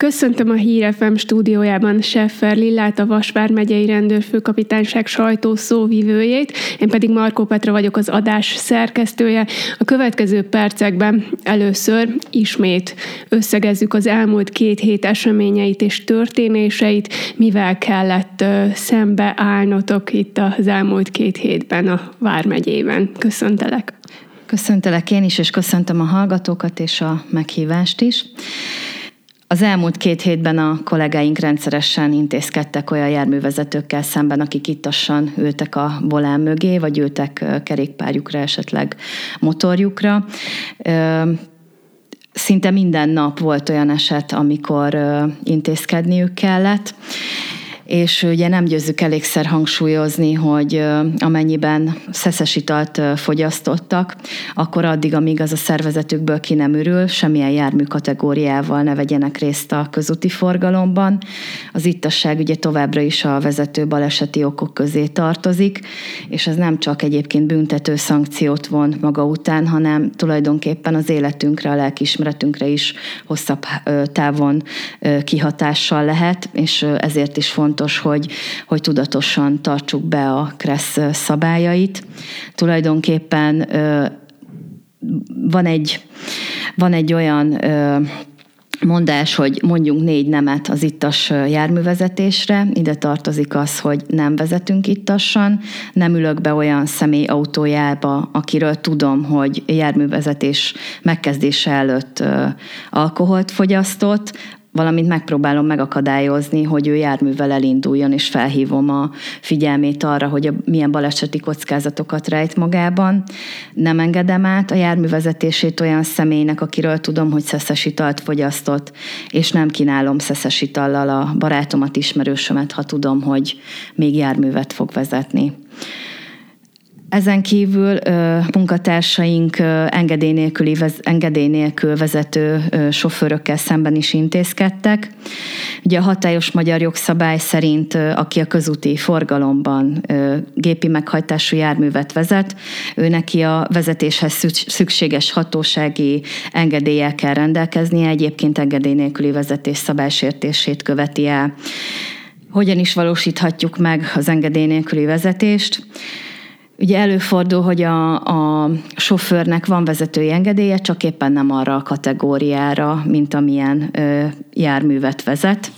Köszöntöm a Hír FM stúdiójában Scheffer Lillát, a Vas vármegyei rendőrfőkapitányság sajtószóvivőjét, én pedig Markó Petra vagyok, az adás szerkesztője. A következő percekben először ismét összegezzük az elmúlt 2 hét eseményeit és történéseit, mivel kellett szembeállnotok itt az elmúlt 2 hétben a vármegyében. Köszöntelek! Köszöntelek én is, és köszöntöm a hallgatókat és a meghívást is. Az elmúlt 2 hétben a kollégáink rendszeresen intézkedtek olyan járművezetőkkel szemben, akik ittassan ültek a volán mögé, vagy ültek kerékpárjukra, esetleg motorjukra. Szinte minden nap volt olyan eset, amikor intézkedniük kellett, és ugye nem győzzük elégszer hangsúlyozni, hogy amennyiben szeszes italt fogyasztottak, akkor addig, amíg az a szervezetükből ki nem ürül, semmilyen jármű kategóriával ne vegyenek részt a közúti forgalomban. Az ittasság ugye továbbra is a vezető baleseti okok közé tartozik, és ez nem csak egyébként büntető szankciót von maga után, hanem tulajdonképpen az életünkre, a lelkiismeretünkre is hosszabb távon kihatással lehet, és ezért is fontos, hogy tudatosan tartsuk be a KRESZ szabályait. Tulajdonképpen van egy olyan mondás, hogy mondjunk 4 nemet az ittas járművezetésre. Ide tartozik az, hogy nem vezetünk ittassan, nem ülök be olyan személy autójába, akiről tudom, hogy járművezetés megkezdése előtt alkoholt fogyasztott, valamint megpróbálom megakadályozni, hogy ő járművel elinduljon, és felhívom a figyelmét arra, hogy milyen baleseti kockázatokat rejt magában. Nem engedem át a járművezetését olyan személynek, akiről tudom, hogy szeszes italt fogyasztott, és nem kínálom szeszes itallal a barátomat, ismerősömet, ha tudom, hogy még járművet fog vezetni. Ezen kívül munkatársaink engedély nélkül vezető sofőrökkel szemben is intézkedtek. Ugye a hatályos magyar jogszabály szerint, aki a közúti forgalomban gépi meghajtású járművet vezet, ő neki a vezetéshez szükséges hatósági engedéllyel kell rendelkeznie, egyébként engedély nélküli vezetés szabálysértését követi el. Hogyan is valósíthatjuk meg az engedély nélküli vezetést? Ugye előfordul, hogy a sofőrnek van vezetői engedélye, csak éppen nem arra a kategóriára, mint amilyen járművet vezet.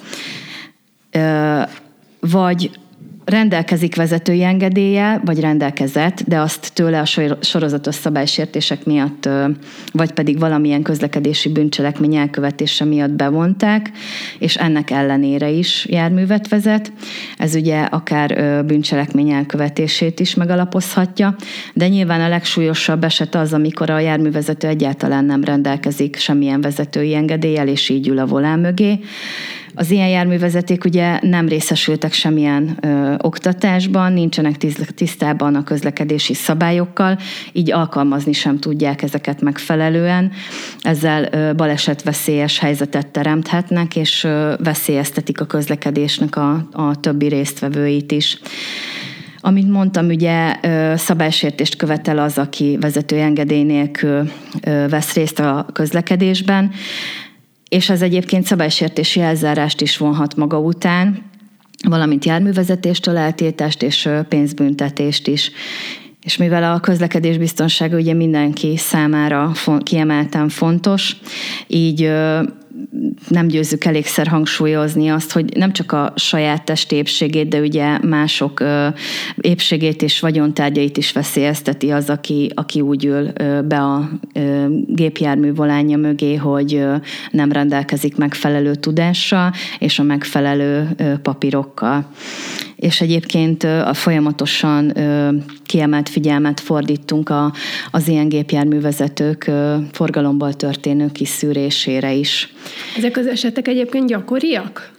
Vagy rendelkezik vezetői engedéllyel, vagy rendelkezett, de azt tőle a sorozatos szabálysértések miatt, vagy pedig valamilyen közlekedési bűncselekmény elkövetése miatt bevonták, és ennek ellenére is járművet vezet. Ez ugye akár bűncselekmény elkövetését is megalapozhatja, de nyilván a legsúlyosabb eset az, amikor a járművezető egyáltalán nem rendelkezik semmilyen vezetői engedéllyel, és így ül a volán mögé. Az ilyen járművezetők ugye nem részesültek semmilyen oktatásban, nincsenek tisztában a közlekedési szabályokkal, így alkalmazni sem tudják ezeket megfelelően. Ezzel balesetveszélyes helyzetet teremthetnek, és veszélyeztetik a közlekedésnek a többi résztvevőit is. Amit mondtam, ugye szabálysértést követel az, aki vezetői engedély nélkül vesz részt a közlekedésben, és ez egyébként szabálysértési elzárást is vonhat maga után, valamint járművezetéstől eltiltást és pénzbüntetést is. És mivel a közlekedés biztonsága ugye mindenki számára kiemelten fontos, így nem győzzük elégszer hangsúlyozni azt, hogy nem csak a saját testi épségét, de ugye mások épségét és vagyontárgyait is veszélyezteti az, aki úgy ül be a gépjármű volánja mögé, hogy nem rendelkezik megfelelő tudással és a megfelelő papírokkal. És egyébként folyamatosan kiemelt figyelmet fordítunk az ilyen gépjárművezetők forgalomból történő kiszűrésére is. Ezek az esetek egyébként gyakoriak?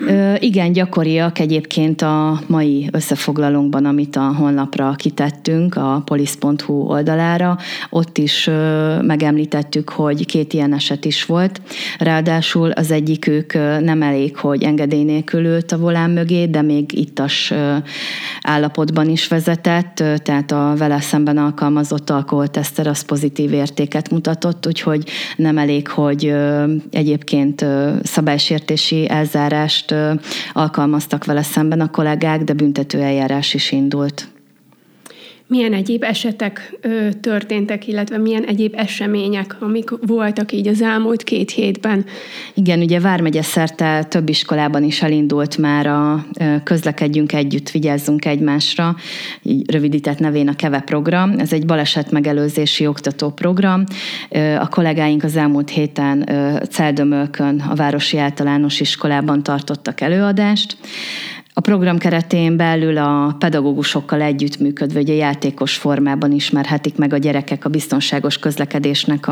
Igen, gyakoriak egyébként a mai összefoglalónkban, amit a honlapra kitettünk, a police.hu oldalára. Ott is megemlítettük, hogy 2 ilyen eset is volt. Ráadásul az egyikük nem elég, hogy engedély nélkül ült a volán mögé, de még ittas állapotban is vezetett, tehát a vele szemben alkalmazott alkoholteszter az pozitív értéket mutatott, úgyhogy nem elég, hogy egyébként szabálysértési elzárást alkalmaztak vele szemben a kollégák, de büntetőeljárás is indult. Milyen egyéb esetek történtek, illetve milyen egyéb események, amik voltak így az elmúlt 2 hétben? Igen, ugye Vármegye szerte több iskolában is elindult már a Közlekedjünk együtt, vigyázzunk egymásra, így rövidített nevén a KEVE program. Ez egy balesetmegelőzési oktatóprogram. A kollégáink az elmúlt héten Celdömölkön, a Városi Általános Iskolában tartottak előadást. A program keretén belül a pedagógusokkal együttműködve, ugye játékos formában ismerhetik meg a gyerekek a biztonságos közlekedésnek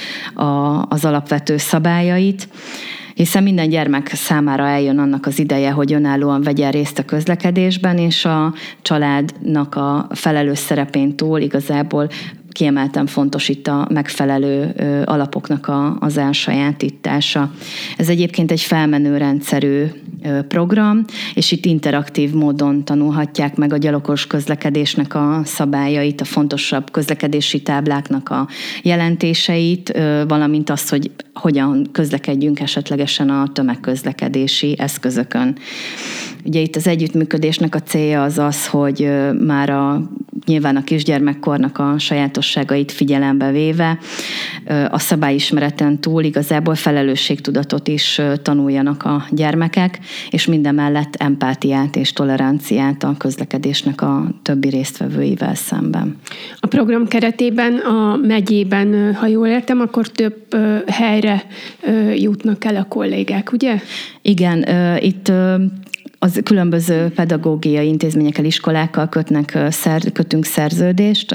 az alapvető szabályait, hiszen minden gyermek számára eljön annak az ideje, hogy önállóan vegyen részt a közlekedésben, és a családnak a felelős szerepén túl igazából kiemelten fontos itt a megfelelő alapoknak az elsajátítása. Ez egyébként egy felmenő rendszerű program, és itt interaktív módon tanulhatják meg a gyalogos közlekedésnek a szabályait, a fontosabb közlekedési tábláknak a jelentéseit, valamint azt, hogy hogyan közlekedjünk esetlegesen a tömegközlekedési eszközökön. Ugye itt az együttműködésnek a célja az, hogy már nyilván a kisgyermekkornak a sajátosságait figyelembe véve a szabályismereten túl igazából felelősségtudatot is tanuljanak a gyermekek, és mindemellett empátiát és toleranciát a közlekedésnek a többi résztvevőivel szemben. A program keretében a megyében, ha jól értem, akkor több helyre jutnak el a kollégák, ugye? Igen, itt az különböző pedagógiai intézményekkel, iskolákkal kötünk szerződést,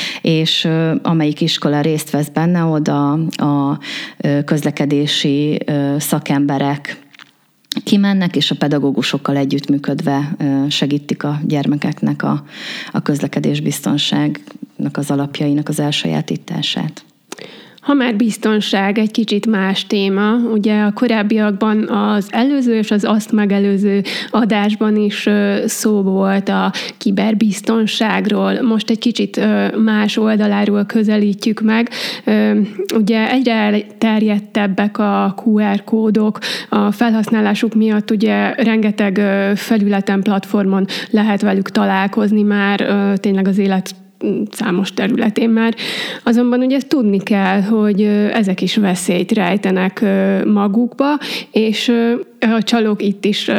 és amelyik iskola részt vesz benne, oda a közlekedési szakemberek kimennek, és a pedagógusokkal együttműködve segítik a gyermekeknek a közlekedésbiztonságnak az alapjainak az elsajátítását. Ha már biztonság, egy kicsit más téma, ugye a korábbiakban az előző és az azt megelőző adásban is szó volt a kiberbiztonságról. Most egy kicsit más oldaláról közelítjük meg. Ugye egyre terjedtebbek a QR kódok, a felhasználásuk miatt ugye rengeteg felületen, platformon lehet velük találkozni már tényleg az élet számos területén már. Azonban ugye tudni kell, hogy ezek is veszélyt rejtenek magukba, és a csalók itt is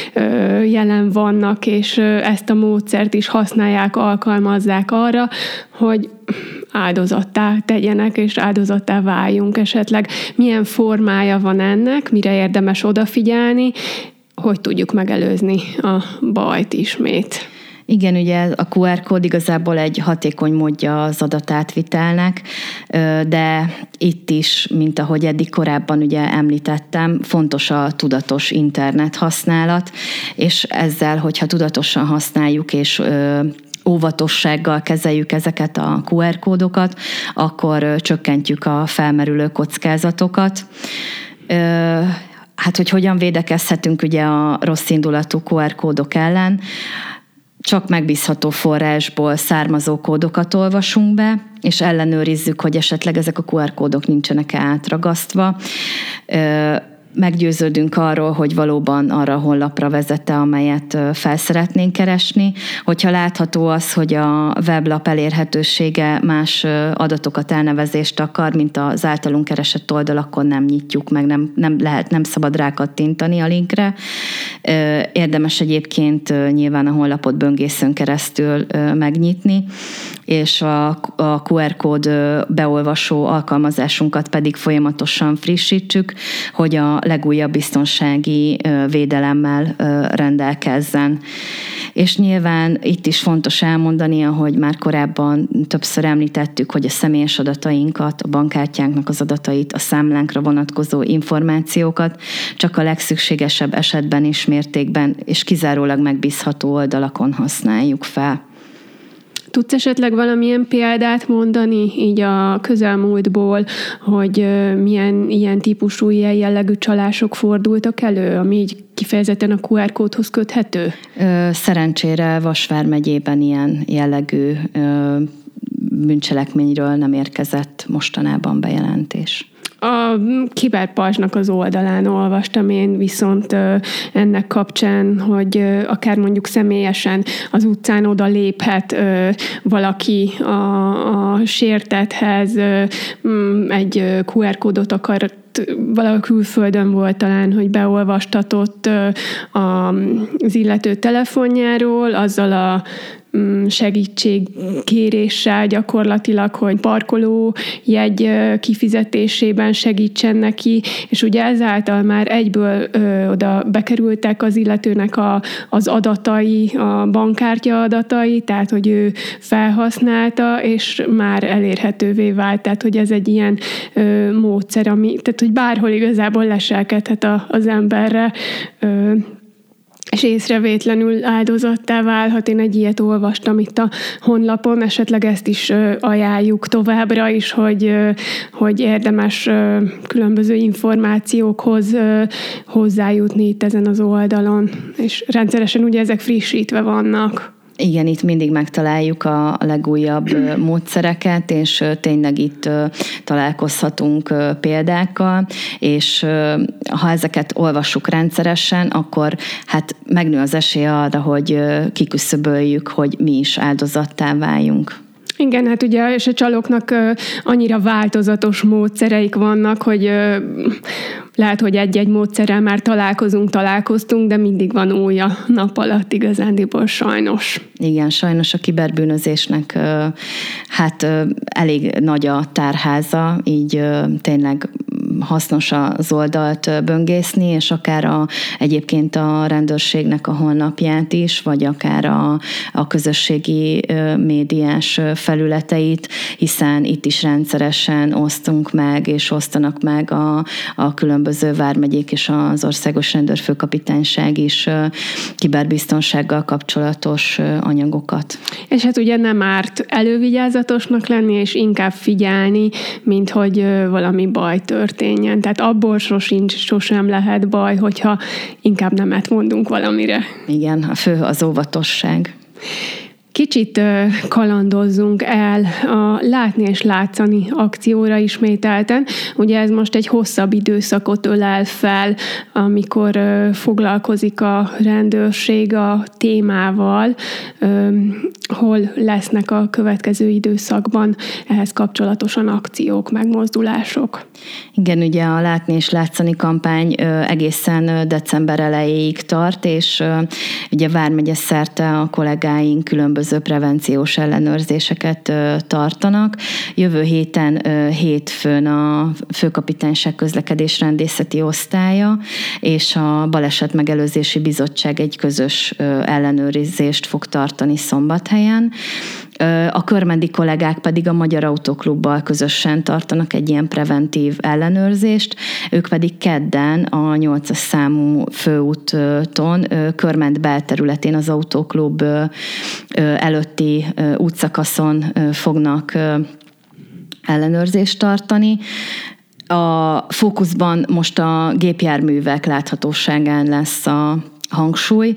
jelen vannak, és ezt a módszert is használják, alkalmazzák arra, hogy áldozattá tegyenek, és áldozattá váljunk esetleg. Milyen formája van ennek, mire érdemes odafigyelni, hogy tudjuk megelőzni a bajt ismét. Igen, ugye a QR kód igazából egy hatékony módja az adatátvitelnek, de itt is, mint ahogy eddig korábban ugye említettem, fontos a tudatos internet használat, és ezzel, hogyha tudatosan használjuk, és óvatossággal kezeljük ezeket a QR kódokat, akkor csökkentjük a felmerülő kockázatokat. Hát, hogy hogyan védekezhetünk ugye a rosszindulatú QR kódok ellen, csak megbízható forrásból származó kódokat olvasunk be, és ellenőrizzük, hogy esetleg ezek a QR kódok nincsenek átragasztva. Meggyőződünk arról, hogy valóban arra a honlapra vezette, amelyet fel szeretnénk keresni. Hogyha látható az, hogy a weblap elérhetősége más adatokat, elnevezést akar, mint az általunk keresett oldal, akkor nem nyitjuk meg, nem szabad rákattintani a linkre. Érdemes egyébként nyilván a honlapot böngészőn keresztül megnyitni, és a QR kód beolvasó alkalmazásunkat pedig folyamatosan frissítsük, hogy a legújabb biztonsági védelemmel rendelkezzen. És nyilván itt is fontos elmondani, ahogy már korábban többször említettük, hogy a személyes adatainkat, a bankkártyánknak az adatait, a számlánkra vonatkozó információkat csak a legszükségesebb esetben és mértékben és kizárólag megbízható oldalakon használjuk fel. Tudsz esetleg valamilyen példát mondani így a közelmúltból, hogy milyen ilyen típusú, ilyen jellegű csalások fordultak elő, ami így kifejezetten a QR kódhoz köthető? Szerencsére Vas vármegyében ilyen jellegű bűncselekményről nem érkezett mostanában bejelentés. A Kiberpajzsnak az oldalán olvastam én viszont ennek kapcsán, hogy akár mondjuk személyesen az utcán oda léphet valaki a sértetthez, egy QR kódot akar, valahol külföldön volt talán, hogy beolvastatott az illető telefonjáról, azzal a segítségkéréssel gyakorlatilag, hogy parkolójegy kifizetésében segítsen neki, és ugye ezáltal már egyből oda bekerültek az illetőnek az adatai, a bankkártya adatai, tehát hogy ő felhasználta, és már elérhetővé vált, tehát hogy ez egy ilyen módszer, tehát hogy bárhol igazából leselkedhet az emberre, és észrevétlenül áldozattá válhat. Én egy ilyet olvastam itt a honlapon, esetleg ezt is ajánljuk továbbra is, hogy érdemes különböző információkhoz hozzájutni itt ezen az oldalon, és rendszeresen ugye ezek frissítve vannak. Igen, itt mindig megtaláljuk a legújabb módszereket, és tényleg itt találkozhatunk példákkal, és ha ezeket olvassuk rendszeresen, akkor hát megnő az esélye arra, hogy kiküszöböljük, hogy mi is áldozattá váljunk. Igen, hát ugye és a csalóknak annyira változatos módszereik vannak, hogy lehet, hogy egy-egy módszerrel már találkoztunk, de mindig van új a nap alatt igazándiból sajnos. Igen, sajnos a kiberbűnözésnek hát elég nagy a tárháza, így tényleg hasznos az oldalt böngészni, és akár egyébként a rendőrségnek a honlapját is, vagy akár a közösségi médiás felületeit, hiszen itt is rendszeresen osztunk meg, és osztanak meg a különböző vármegyék és az Országos Rendőrfőkapitányság is kiberbiztonsággal kapcsolatos anyagokat. És hát ugye nem árt elővigyázatosnak lenni, és inkább figyelni, mint hogy valami baj történjen. Tehát abból sosem lehet baj, hogyha inkább nemet mondunk valamire. Igen, a fő az óvatosság. Kicsit kalandozzunk el a látni és látszani akcióra ismételten. Ugye ez most egy hosszabb időszakot ölel fel, amikor foglalkozik a rendőrség a témával, hol lesznek a következő időszakban ehhez kapcsolatosan akciók, megmozdulások. Igen, ugye a Látni és Látszani kampány egészen december elejéig tart, és ugye vármegye szerte a kollégáink különböző prevenciós ellenőrzéseket tartanak. Jövő héten hétfőn a Főkapitányság közlekedésrendészeti osztálya és a Balesetmegelőzési Bizottság egy közös ellenőrzést fog tartani Szombathelyen. A körmendi kollégák pedig a Magyar Autóklubbal közösen tartanak egy ilyen preventív ellenőrzést, ők pedig kedden a 8-as számú főúton, Körmend belterületén az Autóklub előtti útszakaszon fognak ellenőrzést tartani. A fókuszban most a gépjárművek láthatóságán lesz a hangsúly,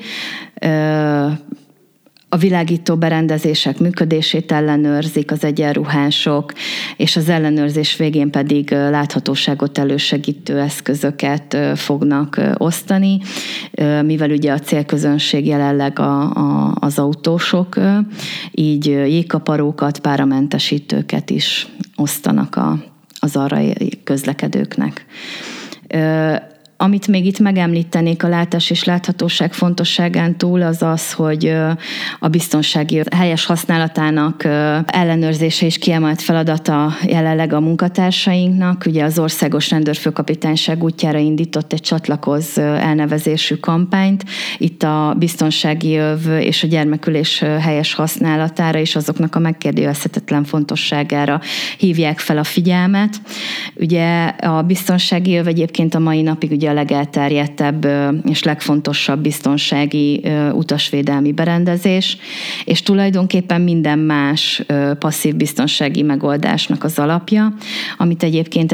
a világító berendezések működését ellenőrzik az egyenruhások, és az ellenőrzés végén pedig láthatóságot elősegítő eszközöket fognak osztani, mivel ugye a célközönség jelenleg az autósok, így jégkaparókat, páramentesítőket is osztanak az arra közlekedőknek. Amit még itt megemlítenék a látás és láthatóság fontosságán túl, az az, hogy a biztonsági helyes használatának ellenőrzése is kiemelt feladata jelenleg a munkatársainknak. Ugye az Országos Rendőrfőkapitányság útjára indított egy Csatlakozz elnevezésű kampányt. Itt a biztonsági öv és a gyermekülés helyes használatára és azoknak a megkérdőjelezhetetlen fontosságára hívják fel a figyelmet. Ugye a biztonsági öv egyébként a mai napig ugye a legelterjedtebb és legfontosabb biztonsági utasvédelmi berendezés, és tulajdonképpen minden más passzív biztonsági megoldásnak az alapja, amit egyébként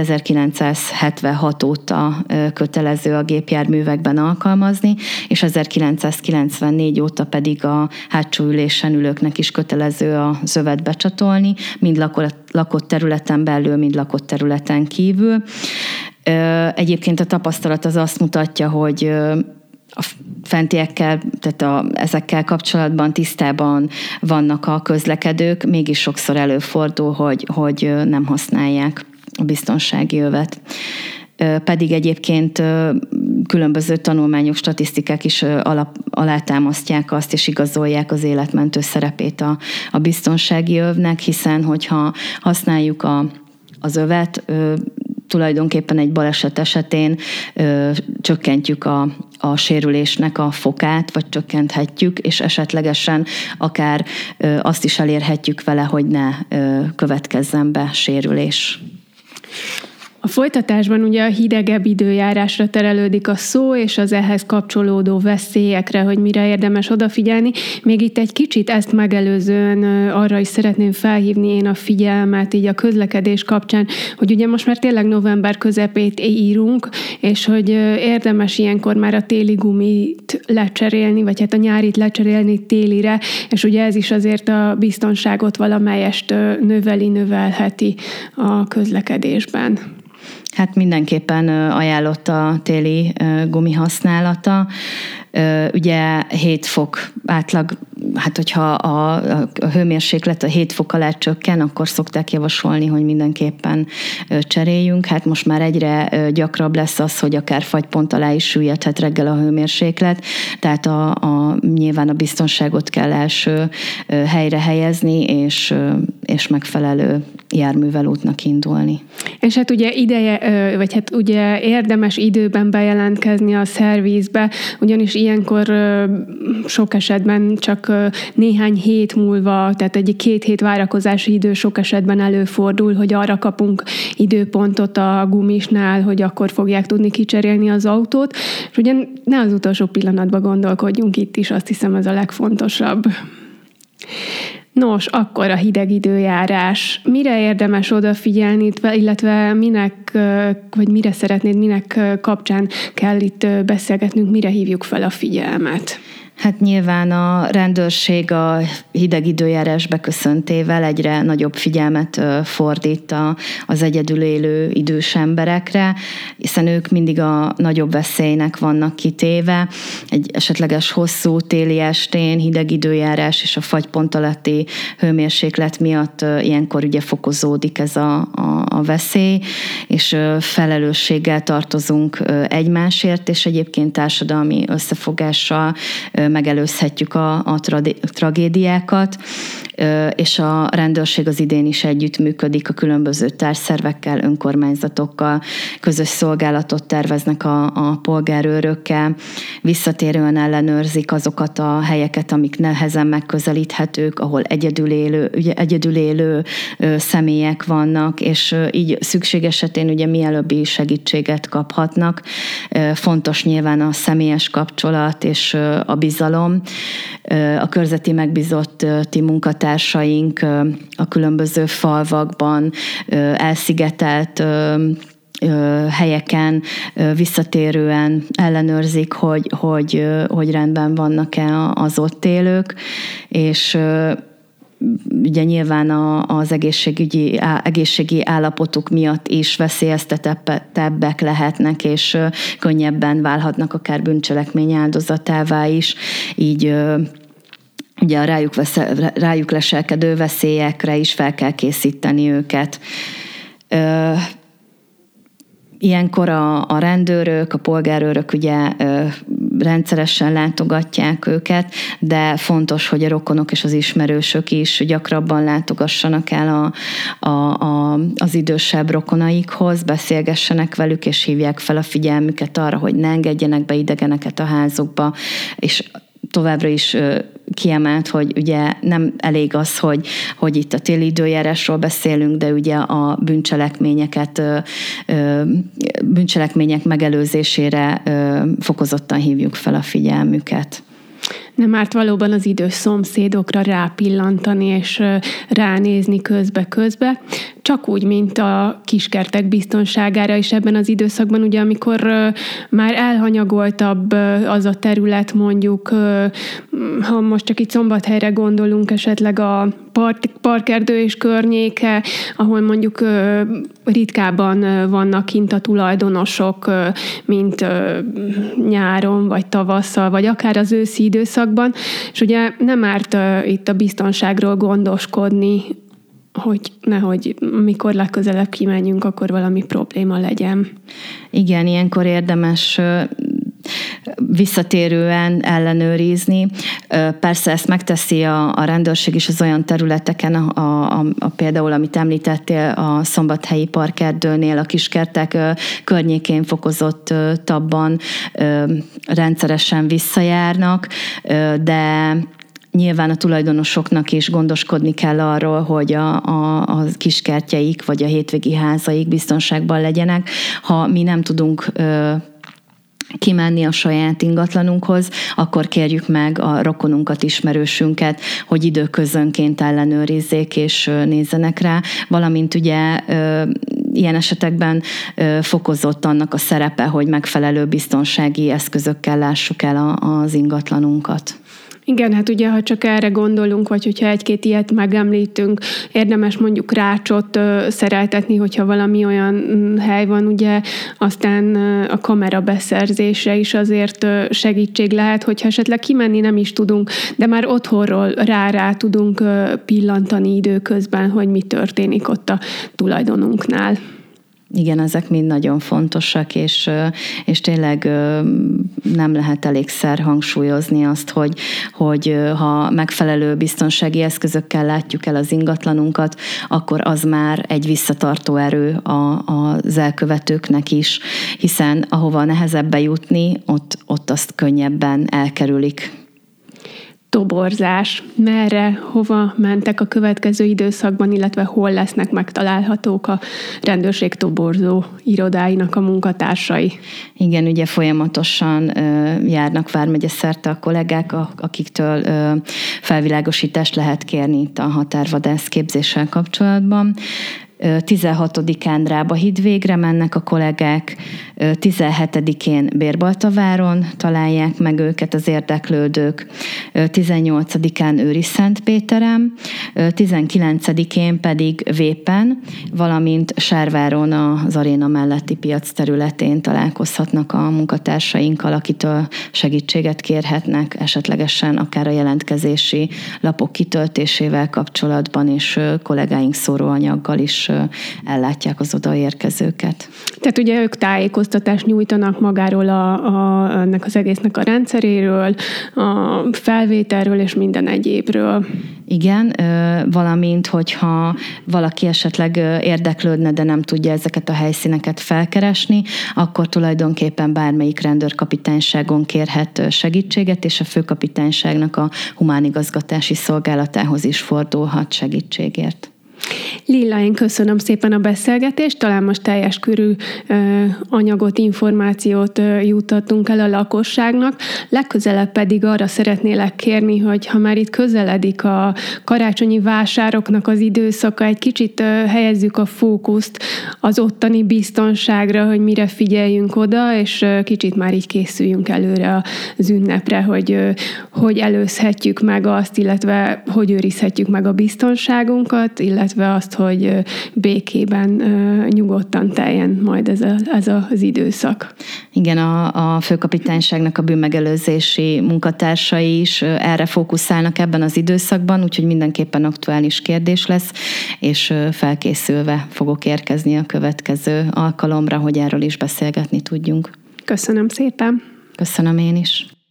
1976 óta kötelező a gépjárművekben alkalmazni, és 1994 óta pedig a hátsó ülésen ülőknek is kötelező a zövet becsatolni, mind lakott területen belül, mind lakott területen kívül. Egyébként a tapasztalat az azt mutatja, hogy a fentiekkel, tehát ezekkel kapcsolatban tisztában vannak a közlekedők, mégis sokszor előfordul, hogy nem használják a biztonsági övet. Pedig egyébként különböző tanulmányok, statisztikák is alátámasztják azt, és igazolják az életmentő szerepét a biztonsági övnek, hiszen hogyha használjuk az övet, tulajdonképpen egy baleset esetén csökkentjük a sérülésnek a fokát, vagy csökkenthetjük, és esetlegesen akár azt is elérhetjük vele, hogy ne következzen be sérülés. A folytatásban ugye a hidegebb időjárásra terelődik a szó, és az ehhez kapcsolódó veszélyekre, hogy mire érdemes odafigyelni. Még itt egy kicsit ezt megelőzően arra is szeretném felhívni én a figyelmet így a közlekedés kapcsán, hogy ugye most már tényleg november közepét írunk, és hogy érdemes ilyenkor már a téli gumit lecserélni, vagy hát a nyárit lecserélni télire, és ugye ez is azért a biztonságot valamelyest növelheti a közlekedésben. Hát mindenképpen ajánlott a téli gumi használata. Ugye 7 fok átlag, hát hogyha a hőmérséklet a 7 fok alá csökken, akkor szokták javasolni, hogy mindenképpen cseréljünk. Hát most már egyre gyakrabb lesz az, hogy akár fagypont alá is süllyedhet reggel a hőmérséklet, tehát nyilván a biztonságot kell első helyre helyezni, és megfelelő járművel útnak indulni. És hát ugye vagy hát ugye érdemes időben bejelentkezni a szervizbe, ugyanis ilyenkor sok esetben csak néhány hét múlva, tehát egy 2 hét várakozási idő sok esetben előfordul, hogy arra kapunk időpontot a gumisnál, hogy akkor fogják tudni kicserélni az autót, és ugye ne az utolsó pillanatban gondolkodjunk itt is, azt hiszem ez a legfontosabb. Nos, akkor a hideg időjárás. Mire érdemes odafigyelni, illetve minek kapcsán kell itt beszélgetnünk, mire hívjuk fel a figyelmet? Hát nyilván a rendőrség a hideg időjárás beköszöntével egyre nagyobb figyelmet fordít az egyedül élő idős emberekre, hiszen ők mindig a nagyobb veszélynek vannak kitéve. Egy esetleges hosszú téli estén hideg időjárás és a fagypont alatti hőmérséklet miatt ilyenkor ugye fokozódik ez a veszély, és felelősséggel tartozunk egymásért, és egyébként társadalmi összefogással megelőzhetjük a tragédiákat, és a rendőrség az idén is együttműködik a különböző társszervekkel, önkormányzatokkal, közös szolgálatot terveznek a polgárőrökkel, visszatérően ellenőrzik azokat a helyeket, amik nehezen megközelíthetők, ahol egyedül élő személyek vannak, és így szükség esetén ugye mielőbbi segítséget kaphatnak. Fontos nyilván a személyes kapcsolat és a bizalom. A körzeti megbízotti munkatársaink a különböző falvakban elszigetelt helyeken visszatérően ellenőrzik, hogy rendben vannak-e az ott élők, és ugye nyilván az egészségi állapotuk miatt is veszélyeztetettebbek lehetnek, és könnyebben válhatnak akár bűncselekmény áldozatává is, így ugye a rájuk leselkedő veszélyekre is fel kell készíteni őket. Ilyenkor a rendőrök, a polgárőrök ugye rendszeresen látogatják őket, de fontos, hogy a rokonok és az ismerősök is gyakrabban látogassanak el az idősebb rokonaikhoz, beszélgessenek velük, és hívják fel a figyelmüket arra, hogy ne engedjenek be idegeneket a házukba, és továbbra is kiemelt, hogy ugye nem elég az, hogy itt a téli időjárásról beszélünk, de ugye a bűncselekmények megelőzésére fokozottan hívjuk fel a figyelmüket. Nem árt valóban az idős szomszédokra rápillantani és ránézni közbe-közbe, csak úgy, mint a kiskertek biztonságára is ebben az időszakban, ugye amikor már elhanyagoltabb az a terület, mondjuk, ha most csak itt Szombathelyre gondolunk, esetleg a parkerdő és környéke, ahol mondjuk ritkábban vannak kint a tulajdonosok, mint nyáron, vagy tavasszal, vagy akár az őszi időszakban, és ugye nem árt itt a biztonságról gondoskodni, hogy nehogy mikor legközelebb kimenjünk, akkor valami probléma legyen. Igen, ilyenkor érdemes visszatérően ellenőrizni. Persze ezt megteszi a rendőrség is az olyan területeken, például, amit említettél, a Szombathelyi parkerdőnél, a kiskertek környékén fokozottabban rendszeresen visszajárnak, de nyilván a tulajdonosoknak is gondoskodni kell arról, hogy a kiskertjeik vagy a hétvégi házaik biztonságban legyenek. Ha mi nem tudunk kimenni a saját ingatlanunkhoz, akkor kérjük meg a rokonunkat, ismerősünket, hogy időközönként ellenőrizzék és nézzenek rá, valamint ugye ilyen esetekben fokozott annak a szerepe, hogy megfelelő biztonsági eszközökkel lássuk el az ingatlanunkat. Igen, hát ugye, ha csak erre gondolunk, vagy hogyha egy-két ilyet megemlítünk, érdemes mondjuk rácsot szereltetni, hogyha valami olyan hely van, ugye, aztán a kamera beszerzése is azért segítség lehet, hogyha esetleg kimenni nem is tudunk, de már otthonról rá tudunk pillantani időközben, hogy mi történik ott a tulajdonunknál. Igen, ezek mind nagyon fontosak, és tényleg nem lehet elégszer hangsúlyozni azt, hogy ha megfelelő biztonsági eszközökkel látjuk el az ingatlanunkat, akkor az már egy visszatartó erő az elkövetőknek is, hiszen ahova nehezebb bejutni, ott azt könnyebben elkerülik. Toborzás. Merre, hova mentek a következő időszakban, illetve hol lesznek megtalálhatók a rendőrség toborzó irodáinak a munkatársai? Igen, ugye folyamatosan járnak vármegye szerte a kollégák, akiktől felvilágosítást lehet kérni itt a határvadász képzéssel kapcsolatban. 16-án Rábahídvégre mennek a kollégák, 17-én Bérbaltaváron találják meg őket az érdeklődők, 18-án Őriszentpéteren, 19-én pedig Vépen, valamint Sárváron az aréna melletti piac területén találkozhatnak a munkatársainkkal, akitől segítséget kérhetnek, esetlegesen akár a jelentkezési lapok kitöltésével kapcsolatban, és kollégáink szóróanyaggal is ellátják az odaérkezőket. Tehát ugye ők tájékoztatást nyújtanak magáról ennek az egésznek a rendszeréről, a felvételről és minden egyébről. Igen, valamint, hogyha valaki esetleg érdeklődne, de nem tudja ezeket a helyszíneket felkeresni, akkor tulajdonképpen bármelyik rendőrkapitányságon kérhet segítséget, és a főkapitányságnak a humánigazgatási szolgálatához is fordulhat segítségért. Lilla, én köszönöm szépen a beszélgetést, talán most teljes körű anyagot, információt juttattunk el a lakosságnak. Legközelebb pedig arra szeretnélek kérni, hogy ha már itt közeledik a karácsonyi vásároknak az időszaka, egy kicsit helyezzük a fókuszt az ottani biztonságra, hogy mire figyeljünk oda, és kicsit már így készüljünk előre az ünnepre, hogy előzhetjük meg azt, illetve hogy őrizhetjük meg a biztonságunkat, illetve illetve azt, hogy békében, nyugodtan teljen majd ez az időszak. Igen, a főkapitányságnak a bűnmegelőzési munkatársai is erre fókuszálnak ebben az időszakban, úgyhogy mindenképpen aktuális kérdés lesz, és felkészülve fogok érkezni a következő alkalomra, hogy erről is beszélgetni tudjunk. Köszönöm szépen! Köszönöm én is!